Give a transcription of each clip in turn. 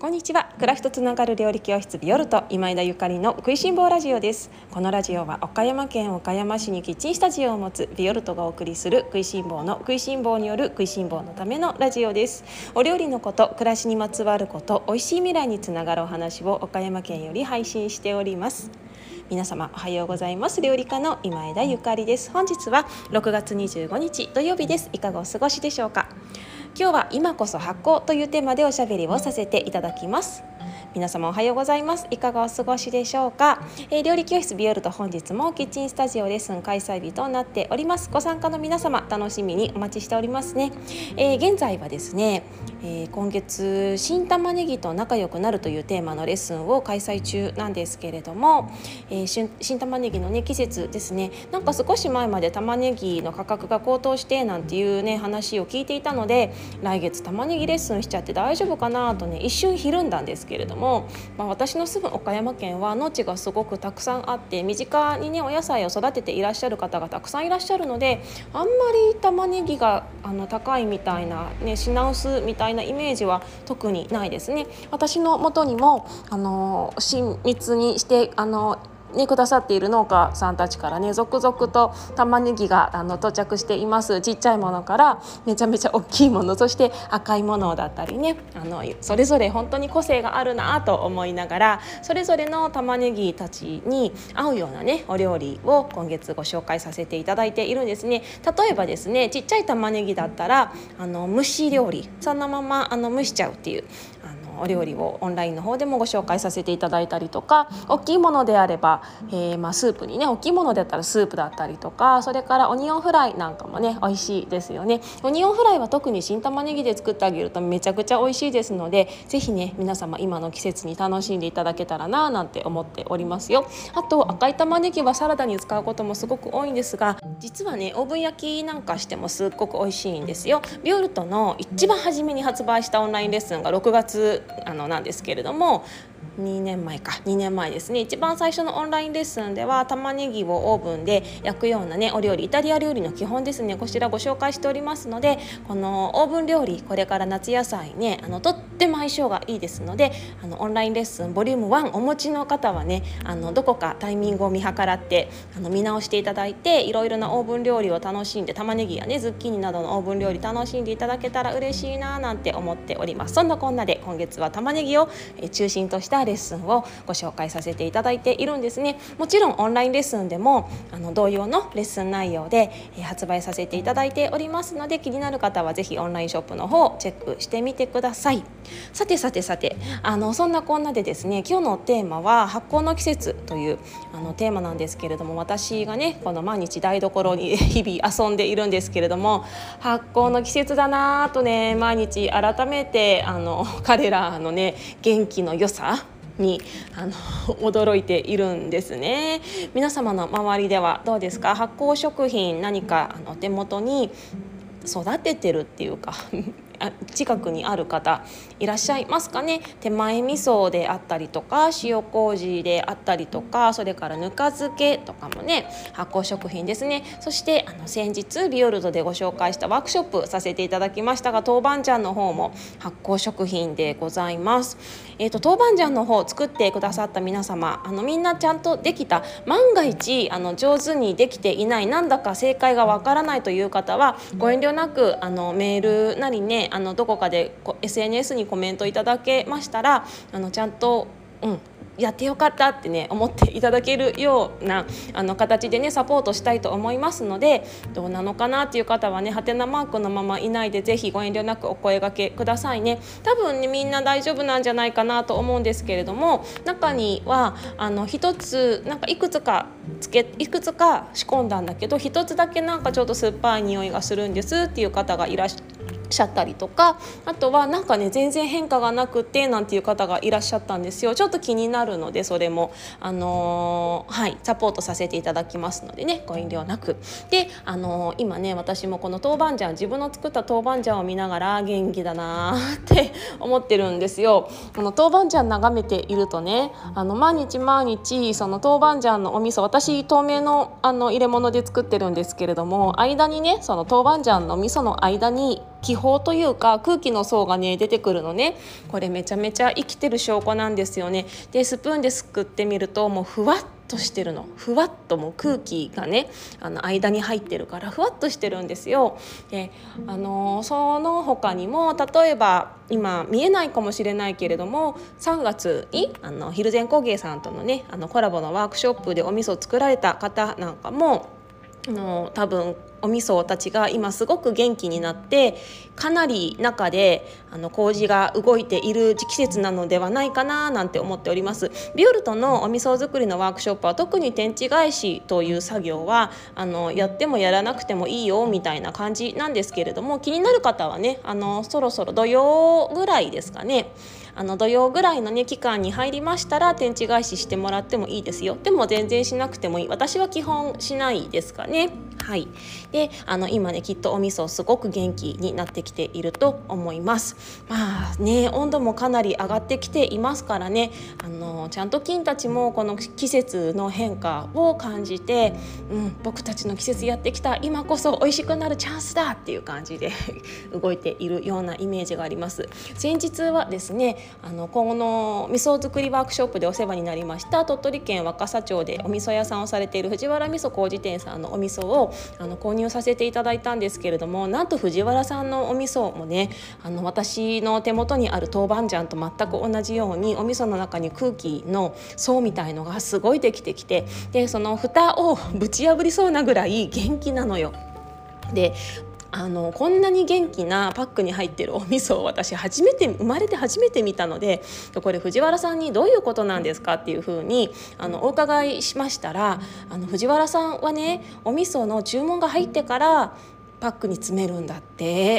こんにちは。暮らしとつながる料理教室ビオルト今枝ゆかりの食いしん坊ラジオです。このラジオは岡山県岡山市にキッチンスタジオを持つビオルトがお送りする食いしん坊の食いしん坊による食いしん坊のためのラジオです。お料理のこと、暮らしにまつわること、美味しい未来につながるお話を岡山県より配信しております。皆様おはようございます。料理家の今枝ゆかりです。本日は6月25日土曜日です。いかがお過ごしでしょうか。今日は今こそ発酵というテーマでおしゃべりをさせていただきます。皆様おはようございます。いかがお過ごしでしょうか。料理教室ビオルト、本日もキッチンスタジオレッスン開催日となっております。ご参加の皆様楽しみにお待ちしておりますね。現在はですね、今月新玉ねぎと仲良くなるというテーマのレッスンを開催中なんですけれども、新玉ねぎのね季節ですね。なんか少し前まで玉ねぎの価格が高騰してなんていうね話を聞いていたので、来月玉ねぎレッスンしちゃって大丈夫かなとね一瞬ひるんだんですけれども、私の住む岡山県は農地がすごくたくさんあって、身近にねお野菜を育てていらっしゃる方がたくさんいらっしゃるので、あんまり玉ねぎが高いみたいな、ね、品薄みたいなイメージは特にないですね。私の元にも親密にしてくださっている農家さんたちからね続々と玉ねぎが到着しています。ちっちゃいものからめちゃめちゃ大きいもの、そして赤いものだったりね、それぞれ本当に個性があるなと思いながら、それぞれの玉ねぎたちに合うようなねお料理を今月ご紹介させていただいているんですね。例えばですね、ちっちゃい玉ねぎだったら蒸し料理、そのまま蒸しちゃうっていうお料理をオンラインの方でもご紹介させていただいたりとか、大きいものであれば、スープにね、大きいものだったらスープだったりとか、それからオニオンフライなんかもね美味しいですよね。オニオンフライは特に新玉ねぎで作ってあげるとめちゃくちゃ美味しいですので、ぜひね皆様今の季節に楽しんでいただけたらななんて思っておりますよ。あと赤い玉ねぎはサラダに使うこともすごく多いんですが、実はねオーブン焼きなんかしてもすっごく美味しいんですよ。ビオルトの一番初めに発売したオンラインレッスンが6月なんですけれども、2年前ですね。一番最初のオンラインレッスンでは玉ねぎをオーブンで焼くようなねお料理、イタリア料理の基本ですね、こちらご紹介しておりますので、このオーブン料理、これから夏野菜ねとっても相性がいいですので、オンラインレッスンボリューム1お持ちの方はねどこかタイミングを見計らって見直していただいて、いろいろなオーブン料理を楽しんで、玉ねぎやねズッキーニなどのオーブン料理楽しんでいただけたら嬉しいななんて思っております。そんなこんなで今月は玉ねぎを中心としたレッスンをご紹介させていただいているんですね。もちろんオンラインレッスンでも同様のレッスン内容で発売させていただいておりますので、気になる方はぜひオンラインショップの方をチェックしてみてください。さてそんなこんなでですね、今日のテーマは発酵の季節というテーマなんですけれども、私がねこの毎日台所に日々遊んでいるんですけれども、発酵の季節だなとね毎日改めて彼らのね元気の良さに驚いているんですね。皆様の周りではどうですか？発酵食品何かお手元に育ててるっていうか近くにある方いらっしゃいますかね。手前味噌であったりとか、塩麹であったりとか、それからぬか漬けとかもね発酵食品ですね。そして先日ビオルトでご紹介したワークショップさせていただきましたが、豆板醤の方も発酵食品でございます。豆板醤の方を作ってくださった皆様みんなちゃんとできた、万が一上手にできていない、なんだか正解がわからないという方はご遠慮なくメールなりねどこかでSNS にコメントいただけましたらちゃんとやってよかったってね思っていただけるような形でねサポートしたいと思いますので、どうなのかなっていう方はねハテナマークのままいないでぜひご遠慮なくお声掛けくださいね。多分ねみんな大丈夫なんじゃないかなと思うんですけれども、中には一つなんかいくつか仕込んだんだけど、一つだけなんかちょっと酸っぱい匂いがするんですっていう方がいらっしゃったりとか、あとはなんかね全然変化がなくてなんていう方がいらっしゃったんですよ。ちょっと気になるのでそれもサポートさせていただきますのでねご遠慮なく。で今ね私もこの豆板醤、自分の作った豆板醤を見ながら元気だなって思ってるんですよ。この豆板醤眺めているとね毎日その豆板醤のお味噌、私透明の入れ物で作ってるんですけれども、間にねその豆板醤の味噌の間に気泡というか空気の層がね出てくるのね。これめちゃめちゃ生きてる証拠なんですよね。でスプーンですくってみるともうふわっとしてるの。ふわっともう空気がね間に入ってるからふわっとしてるんですよ。でその他にも例えば今見えないかもしれないけれども3月に蒜山工芸さんとのねコラボのワークショップでお味噌を作られた方なんかも多分お味噌たちが今すごく元気になってかなり中で麹が動いている季節なのではないかななんて思っております。ビオルトのお味噌作りのワークショップは特に天地返しという作業はやってもやらなくてもいいよみたいな感じなんですけれども、気になる方はねそろそろ土曜ぐらいですかね、土曜ぐらいのね期間に入りましたら天地返ししてもらってもいいですよ。でも全然しなくてもいい。私は基本しないですかね。はい。で今ねきっとお味噌すごく元気になってきていると思います。まあね温度もかなり上がってきていますからねちゃんと菌たちもこの季節の変化を感じて、僕たちの季節やってきた今こそ美味しくなるチャンスだっていう感じで動いているようなイメージがあります。先日はですねこの味噌作りワークショップでお世話になりました鳥取県若桜町でお味噌屋さんをされている藤原味噌麹店さんのお味噌を購入させていただいたんですけれども、なんと藤原さんのお味噌もね私の手元にある豆板醤と全く同じようにお味噌の中に空気の層みたいのがすごいできてきて、でその蓋をぶち破りそうなぐらい元気なのよ。でこんなに元気なパックに入ってるお味噌を私生まれて初めて見たので、これ藤原さんにどういうことなんですかっていうふうにお伺いしましたら、藤原さんはねお味噌の注文が入ってからパックに詰めるんだって。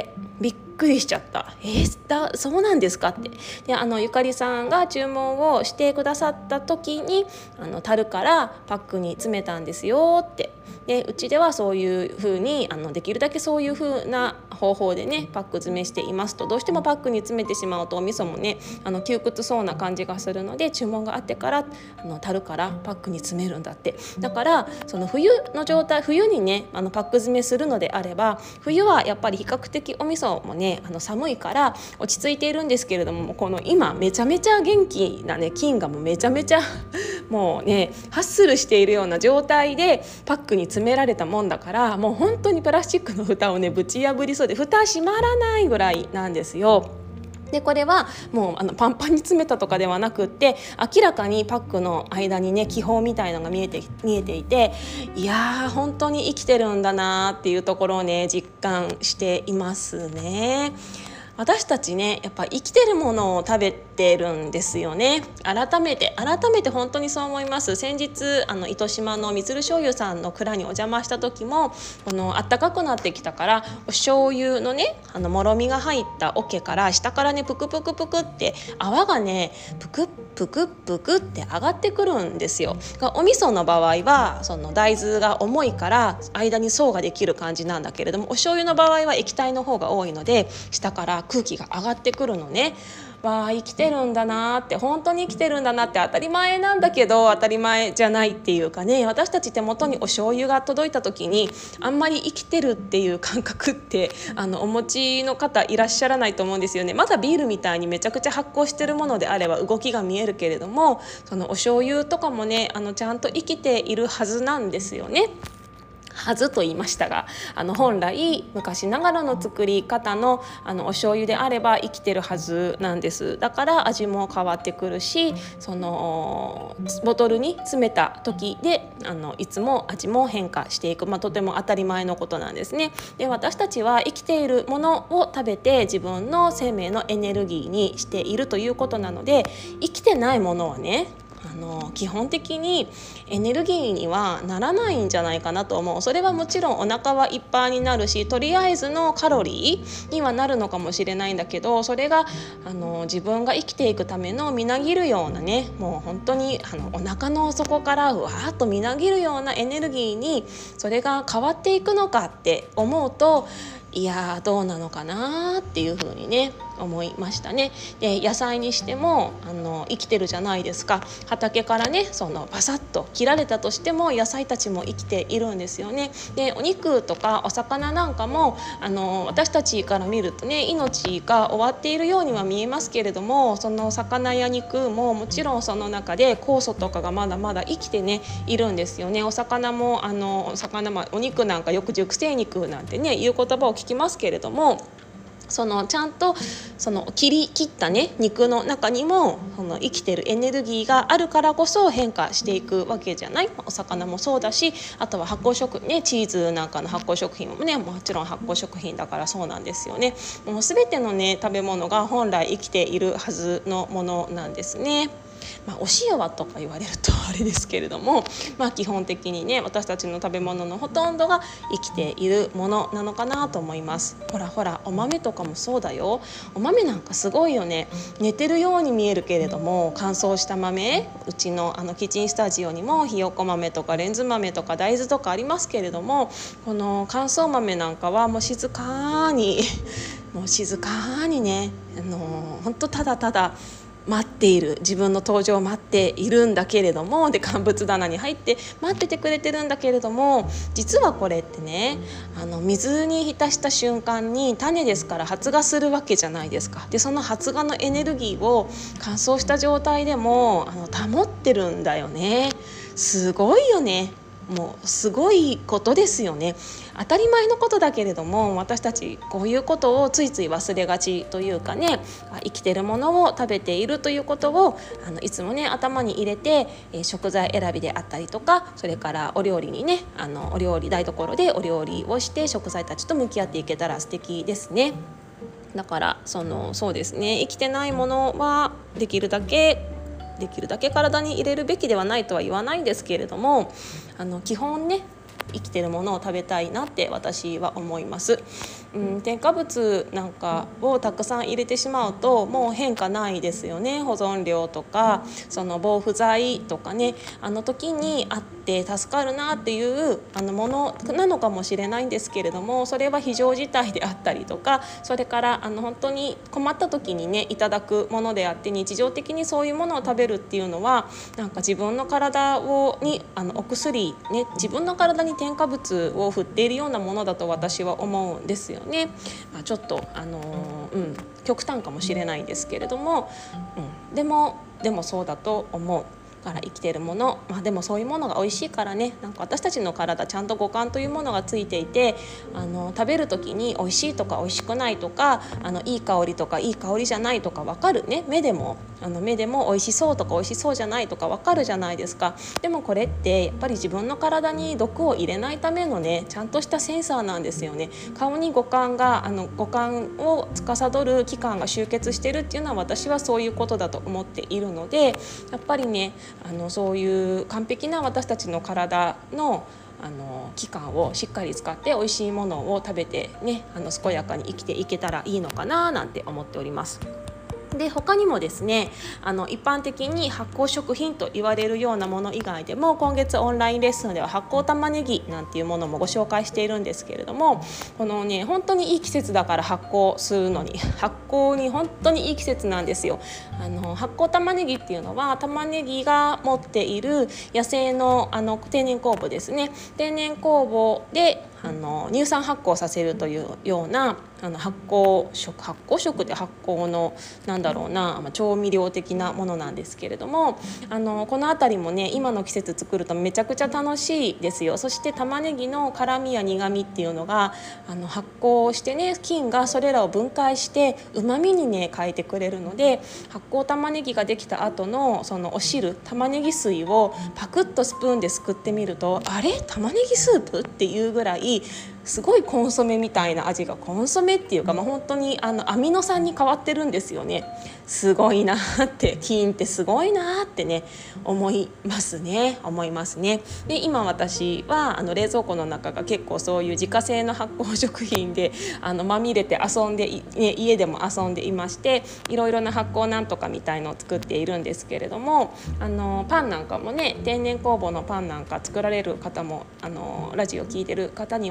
びっくりしちゃった。そうなんですかって。でゆかりさんが注文をしてくださった時に樽からパックに詰めたんですよって。でうちではそういうふうにできるだけそういうふうな方法でねパック詰めしていますと、どうしてもパックに詰めてしまうとお味噌もね窮屈そうな感じがするので、注文があってから樽からパックに詰めるんだって。だからその冬の状態、冬にねパック詰めするのであれば、冬はやっぱり比較的お味噌もね寒いから落ち着いているんですけれども、この今めちゃめちゃ元気なね菌がもうめちゃめちゃもうねハッスルしているような状態でパックに詰められたもんだから、もう本当にプラスチックの蓋をねぶち破りそうで蓋閉まらないぐらいなんですよ。でこれはもうパンパンに詰めたとかではなくって、明らかにパックの間にね気泡みたいのが見えていて、いやー本当に生きてるんだなっていうところをね実感していますね。私たちねやっぱ生きてるものを食べてるんですよね。改めて本当にそう思います。先日糸島のみつる醤油さんの蔵にお邪魔した時も、暖かくなってきたからお醤油のねもろみが入った桶から下からねプクプクプクって泡がねプクプクプクって上がってくるんですよ。お味噌の場合はその大豆が重いから間に層ができる感じなんだけれども、お醤油の場合は液体の方が多いので下から空気が上がってくるのね。わあ生きてるんだなって、本当に生きてるんだなって、当たり前なんだけど当たり前じゃないっていうかね、私たち手元にお醤油が届いた時にあんまり生きてるっていう感覚ってお持ちの方いらっしゃらないと思うんですよね。まだビールみたいにめちゃくちゃ発酵してるものであれば動きが見えるけれども、そのお醤油とかもねちゃんと生きているはずなんですよね。はずと言いましたが本来昔ながらの作り方のお醤油であれば生きてるはずなんです。だから味も変わってくるし、そのボトルに詰めた時でいつも味も変化していく、とても当たり前のことなんですね。で私たちは生きているものを食べて自分の生命のエネルギーにしているということなので、生きてないものはね基本的にエネルギーにはならないんじゃないかなと思う。それはもちろんお腹はいっぱいになるし、とりあえずのカロリーにはなるのかもしれないんだけど、それが自分が生きていくためのみなぎるようなね、もう本当にお腹の底からうわーっとみなぎるようなエネルギーにそれが変わっていくのかって思うと、いやどうなのかなっていうふうにね思いましたね。で野菜にしても生きてるじゃないですか。畑からねバサッと切られたとしても野菜たちも生きているんですよね。でお肉とかお魚なんかも私たちから見るとね命が終わっているようには見えますけれども、その魚や肉ももちろんその中で酵素とかがまだまだ生きてねいるんですよね。お魚もお肉なんかよく熟成肉なんてねいう言葉を聞きますけれども、ちゃんと切ったね肉の中にも生きてるエネルギーがあるからこそ変化していくわけじゃない。お魚もそうだし、あとは発酵食ねチーズなんかの発酵食品もねもちろん発酵食品だからそうなんですよね。もう全てのね食べ物が本来生きているはずのものなんですね。お塩はとか言われるとあれですけれども、基本的にね私たちの食べ物のほとんどが生きているものなのかなと思います。ほらお豆とかもそうだよ。お豆なんかすごいよね。寝てるように見えるけれども乾燥した豆、うちのキッチンスタジオにもひよこ豆とかレンズ豆とか大豆とかありますけれども、この乾燥豆なんかはもう静かにね本当ただただ待っている、自分の登場を待っているんだけれども、で乾物棚に入って待っててくれてるんだけれども、実はこれってね水に浸した瞬間に種ですから発芽するわけじゃないですか。でその発芽のエネルギーを乾燥した状態でも保ってるんだよね。すごいよね。もうすごいことですよね。当たり前のことだけれども私たちこういうことをついつい忘れがちというかね、生きてるものを食べているということをいつもね頭に入れて、食材選びであったりとか、それからお料理にねお料理台所でお料理をして食材たちと向き合っていけたら素敵ですね。だからそうですね、生きてないものはできるだけ体に入れるべきではないとは言わないんですけれども、基本ね生きてるものを食べたいなって私は思います。添加物なんかをたくさん入れてしまうともう変化ないですよね。保存料とか防腐剤とかね時にあって助かるなっていうものなのかもしれないんですけれども、それは非常事態であったりとか、それから本当に困った時にねいただくものであって、日常的にそういうものを食べるっていうのはなんか自分の体にお薬ね、自分の体に添加物を振っているようなものだと私は思うんですよね。ちょっと極端かもしれないんですけれども、でもそうだと思うから生きているもの、でもそういうものが美味しいからね、なんか私たちの体ちゃんと五感というものがついていて食べる時に美味しいとか美味しくないとかいい香りとかいい香りじゃないとか分かるね。目でも美味しそうとか美味しそうじゃないとか分かるじゃないですか。でもこれってやっぱり自分の体に毒を入れないためのねちゃんとしたセンサーなんですよね。顔に五感を司る器官が集結してるっていうのは私はそういうことだと思っているので、やっぱりねそういう完璧な私たちの体の器官をしっかり使って美味しいものを食べてね健やかに生きていけたらいいのかななんて思っております。で他にもですね一般的に発酵食品と言われるようなもの以外でも今月オンラインレッスンでは発酵玉ねぎなんていうものもご紹介しているんですけれども、このね本当にいい季節だから発酵するのに発酵に本当にいい季節なんですよ。発酵玉ねぎっていうのは玉ねぎが持っている野生の天然酵母ですね。天然酵母で乳酸発酵させるというような発酵食で発酵の調味料的なものなんですけれども、この辺りもね今の季節作るとめちゃくちゃ楽しいですよ。そして玉ねぎの辛みや苦みっていうのが発酵してね菌がそれらを分解して旨味にね変えてくれるので、発酵玉ねぎができた後のそのお汁玉ねぎ水をパクッとスプーンですくってみると、あれ玉ねぎスープっていうぐらいすごいコンソメみたいな味が、コンソメっていうか、本当にアミノ酸に変わってるんですよね。すごいなって菌ってすごいなってね思いますね。で今私は冷蔵庫の中が結構そういう自家製の発酵食品でまみれて遊んで、家でも遊んでいまして、いろいろな発酵なんとかみたいのを作っているんですけれども、パンなんかもね天然酵母のパンなんか作られる方もラジオ聞いてる方にはいらっしゃる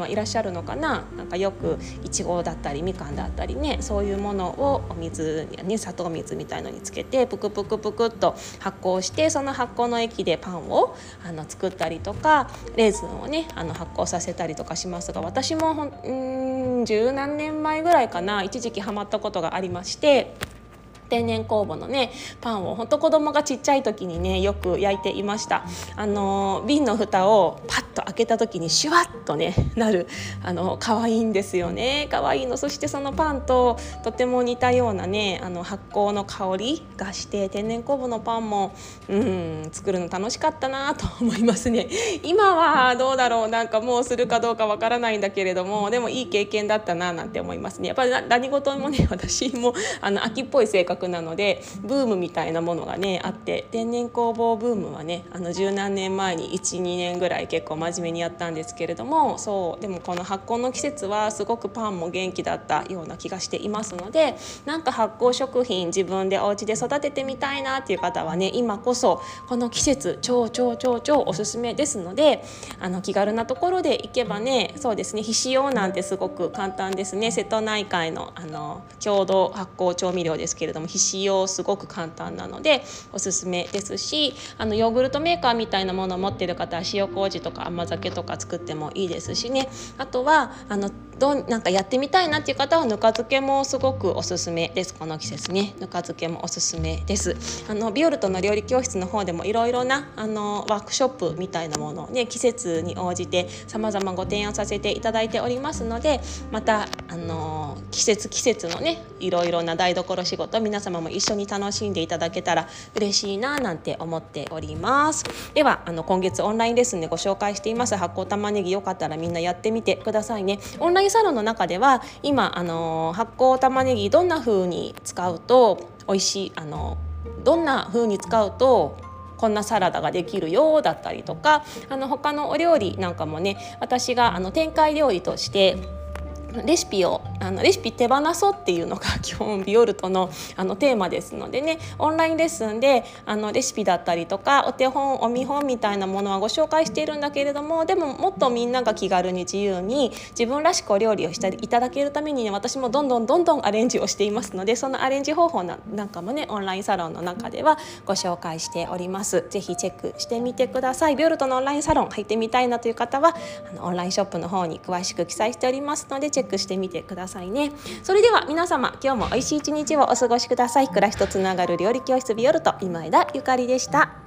るのかな、なんかよくいちごだったりみかんだったりね、そういうものをお水やね、砂糖水みたいのにつけてプクプクプクっと発酵して、その発酵の液でパンを作ったりとか、レーズンをね発酵させたりとかしますが、私も十何年前ぐらいかな、一時期ハマったことがありまして、天然酵母のねパンを本当子供がちっちゃい時にねよく焼いていました。瓶の蓋をパッと開けた時にシュワッとねなる可愛いんですよね。可愛いの。そしてそのパンととても似たようなね発酵の香りがして、天然酵母のパンも作るの楽しかったなと思いますね。今はどうだろう、なんかもうするかどうかわからないんだけれども、でもいい経験だったななんて思いますね。やっぱり何事もね、私も秋っぽい性格なのでブームみたいなものがねあって、天然酵母ブームはね十何年前に 1,2 年ぐらい結構真面目にやったんですけれども、そうでもこの発酵の季節はすごくパンも元気だったような気がしていますので、なんか発酵食品自分でお家で育ててみたいなっていう方はね、今こそこの季節超おすすめですので、気軽なところで行けばね、そうですね、ひしおなんてすごく簡単ですね。瀬戸内海の郷土発酵調味料ですけれども、ひしおすごく簡単なのでおすすめですし、ヨーグルトメーカーみたいなものを持っている方は塩麹とか甘酒とか作ってもいいですしね。あとはなんかやってみたいなっていう方はぬか漬けもすごくおすすめです。この季節ね、ぬか漬けもおすすめです。ビオルトの料理教室の方でもいろいろなワークショップみたいなものをね、季節に応じて様々ご提案させていただいておりますので、また季節のねいろいろな台所仕事、皆様も一緒に楽しんでいただけたら嬉しいななんて思っております。では今月オンラインレッスンでご紹介しています発酵玉ねぎ、よかったらみんなやってみてくださいね。オンラインサロンの中では今発酵玉ねぎどんな風に使うと美味しい、どんな風に使うとこんなサラダができるよだったりとか、他のお料理なんかもね、私が展開料理としてレシピ手放そうっていうのが基本ビオルトのテーマですのでね、オンラインレッスンでレシピだったりとかお手本お見本みたいなものはご紹介しているんだけれども、でももっとみんなが気軽に自由に自分らしくお料理をしていただけるためにね、私もどんどんアレンジをしていますので、そのアレンジ方法なんかもねオンラインサロンの中ではご紹介しております。ぜひチェックしてみてください。ビオルトのオンラインサロン入ってみたいなという方はオンラインショップの方に詳しく記載しておりますのでチェックしてみてくださいね。それでは皆様、今日も美味しい一日をお過ごしください。暮らしとつながる料理教室ビオルト、今枝ゆかりでした。